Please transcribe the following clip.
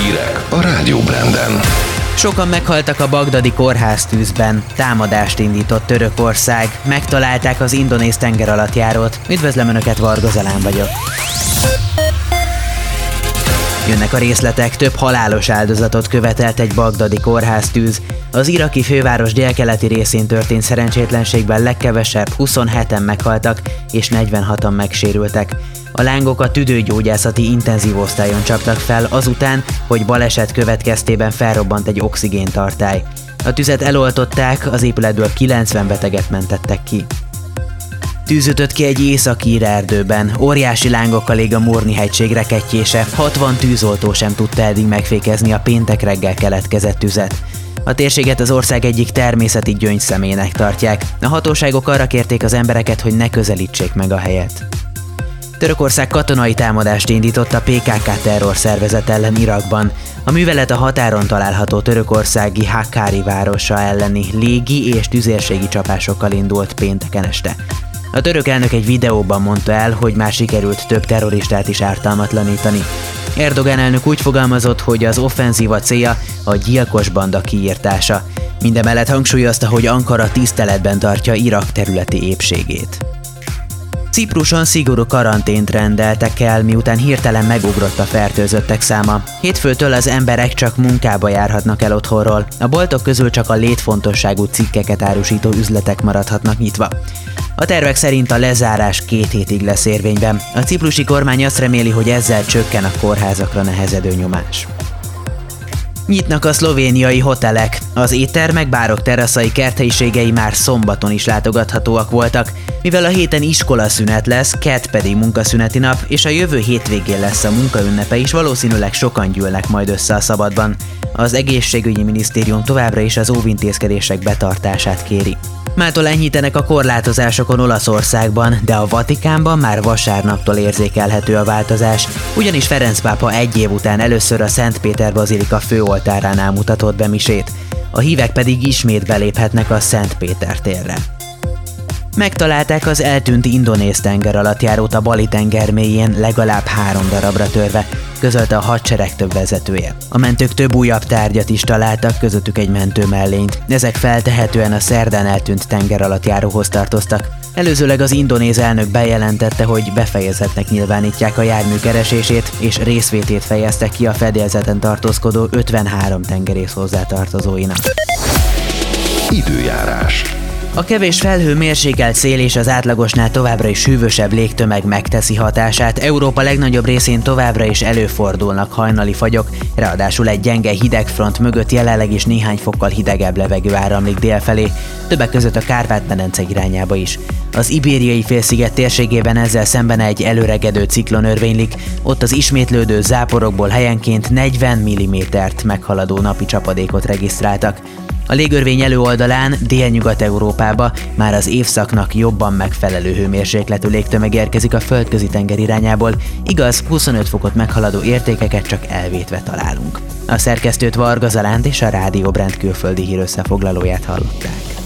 Hírek a Rádió Branden. Sokan meghaltak a bagdadi kórháztűzben, támadást indított Törökország, megtalálták az indonéz tengeralattjárót. Üdvözlöm Önöket, Varga Zalán vagyok. Jönnek a részletek, több halálos áldozatot követelt egy bagdadi kórháztűz. Az iraki főváros délkeleti részén történt szerencsétlenségben legkevesebb 27-en meghaltak és 46-an megsérültek. A lángok a tüdőgyógyászati intenzív osztályon csaptak fel azután, hogy baleset következtében felrobbant egy oxigéntartály. A tüzet eloltották, az épületből 90 beteget mentettek ki. Tűz ütött ki egy északi erdőben, óriási lángokkal ég a Morni-hegység rekettyése, 60 tűzoltó sem tudta eddig megfékezni a péntek reggel keletkezett tüzet. A térséget az ország egyik természeti gyöngyszemének tartják. A hatóságok arra kérték az embereket, hogy ne közelítsék meg a helyet. Törökország katonai támadást indított a PKK terrorszervezet ellen Irakban. A művelet a határon található törökországi Hakkari városa elleni légi és tüzérségi csapásokkal indult pénteken este. A török elnök egy videóban mondta el, hogy már sikerült több terroristát is ártalmatlanítani. Erdogan elnök úgy fogalmazott, hogy az offenzíva célja a gyilkos banda kiirtása. Mindemellett hangsúlyozta, hogy Ankara tiszteletben tartja Irak területi épségét. Cipruson szigorú karantént rendeltek el, miután hirtelen megugrott a fertőzöttek száma. Hétfőtől az emberek csak munkába járhatnak el otthonról. A boltok közül csak a létfontosságú cikkeket árusító üzletek maradhatnak nyitva. A tervek szerint a lezárás 2 hétig lesz érvényben. A ciprusi kormány azt reméli, hogy ezzel csökken a kórházakra nehezedő nyomás. Nyitnak a szlovéniai hotelek. Az éttermek, bárok teraszai, kerthelyiségei már szombaton is látogathatóak voltak. Mivel a héten iskolaszünet lesz, kedd pedig munkaszüneti nap, és a jövő hétvégén lesz a munkaünnepe is, valószínűleg sokan gyűlnek majd össze a szabadban. Az egészségügyi minisztérium továbbra is az óvintézkedések betartását kéri. Mától enyhítenek a korlátozásokon Olaszországban, de a Vatikánban már vasárnaptól érzékelhető a változás, ugyanis Ferenc pápa 1 év után először a Szent Péter bazilika főoltáránál mutatott be misét, a hívek pedig ismét beléphetnek a Szent Péter térre. Megtalálták az eltűnt indonéz tengeralattjárót a Bali-tenger mélyén legalább 3 darabra törve, közölte a hadsereg több vezetője. A mentők több újabb tárgyat is találtak, közöttük egy mentőmellényt. Ezek feltehetően a szerdán eltűnt tengeralattjáróhoz tartoztak. Előzőleg az indonéz elnök bejelentette, hogy befejezettnek nyilvánítják a jármű keresését, és részvétét fejeztek ki a fedélzeten tartózkodó 53 tengerész hozzátartozóinak. Időjárás. A kevés felhő, mérsékelt szél és az átlagosnál továbbra is hűvösebb légtömeg megteszi hatását. Európa legnagyobb részén továbbra is előfordulnak hajnali fagyok, ráadásul egy gyenge hidegfront mögött jelenleg is néhány fokkal hidegebb levegő áramlik délfelé, többek között a Kárpát-medence irányába is. Az Ibériai félsziget térségében ezzel szemben egy előregedő ciklon örvénylik, ott az ismétlődő záporokból helyenként 40 mm-t meghaladó napi csapadékot regisztráltak. A légörvény előoldalán Délnyugat-Európába már az évszaknak jobban megfelelő hőmérsékletű légtömeg érkezik a földközi tenger irányából, igaz, 25 fokot meghaladó értékeket csak elvétve találunk. A szerkesztőt, Varga Zalánt és a Rádió Brand külföldi hírösszefoglalóját hallották.